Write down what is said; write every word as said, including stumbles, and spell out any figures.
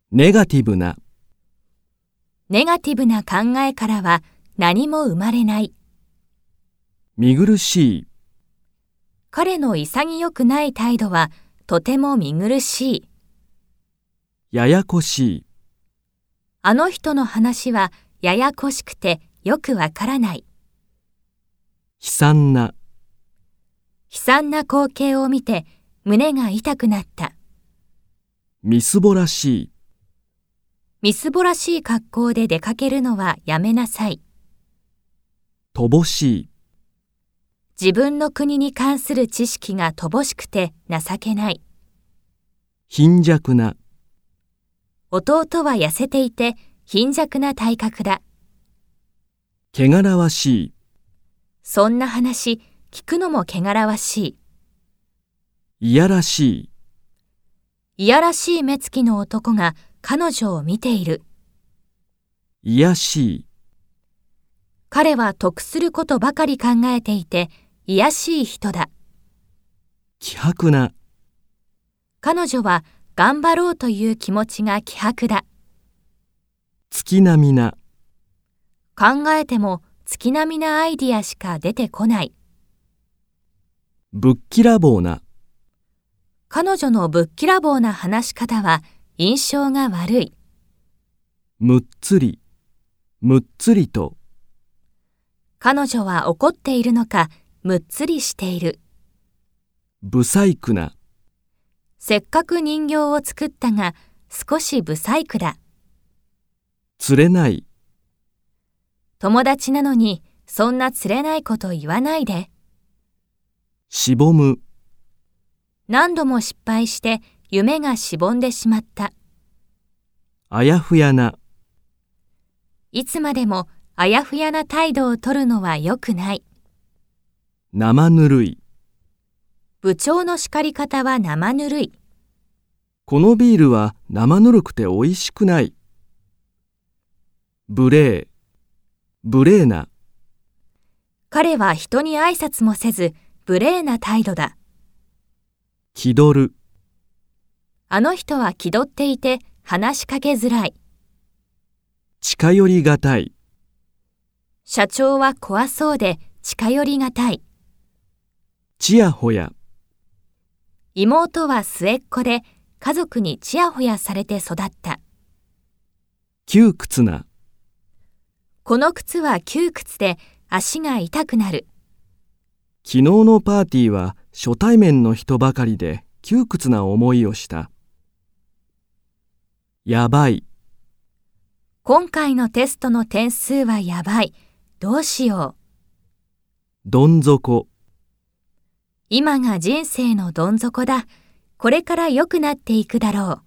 ネガティブな、 ネガティブな考えからは何も生まれない。 見苦しい、 彼の潔くない態度はとても見苦しい。 ややこしい、 あの人の話はややこしくてよくわからない。 悲惨な、 悲惨な光景を見て胸が痛くなった。 みすぼらしい、 みすぼらしい格好で出かけるのはやめなさい。 乏しい、 自分の国に関する知識が乏しくて情けない。 貧弱な、 弟は痩せていて貧弱な体格だ。 汚らわしい、 そんな話聞くのも汚らわしい。 いやらしい、 いやらしい目つきの男が彼女を見ている。 いやしい、 彼は得することばかり考えていて、いやしい人だ。 希薄な、 彼女は頑張ろうという気持ちが希薄だ。 月並みな、 考えても月並みなアイディアしか出てこない。 ぶっきらぼうな、 彼女のぶっきらぼうな話し方は印象が悪い。 むっつり、むっつりと、 彼女は怒っているのかむっつりしている。 不細工な、 せっかく人形を作ったが少し不細工だ。 釣れない、 友達なのにそんな釣れないこと言わないで。 しぼむ、 何度も失敗して夢がしぼんでしまった。 あやふやな、 いつまでもあやふやな態度を取るのは良くない。 生ぬるい、 部長の叱り方は生ぬるい。 このビールは生ぬるくておいしくない。無礼、無礼な、 彼は人に挨拶もせず無礼な態度だ。 気取る、 あの人は気取っていて話しかけづらい。 近寄りがたい、 社長は怖そうで近寄りがたい。 ちやほや、 妹は末っ子で家族にちやほやされて育った。 窮屈な、 この靴は窮屈で足が痛くなる。 昨日のパーティーは初対面の人ばかりで窮屈な思いをした。やばい、 今回のテストの点数はやばい。どうしよう。 どん底、 今が人生のどん底だ。これから良くなっていくだろう。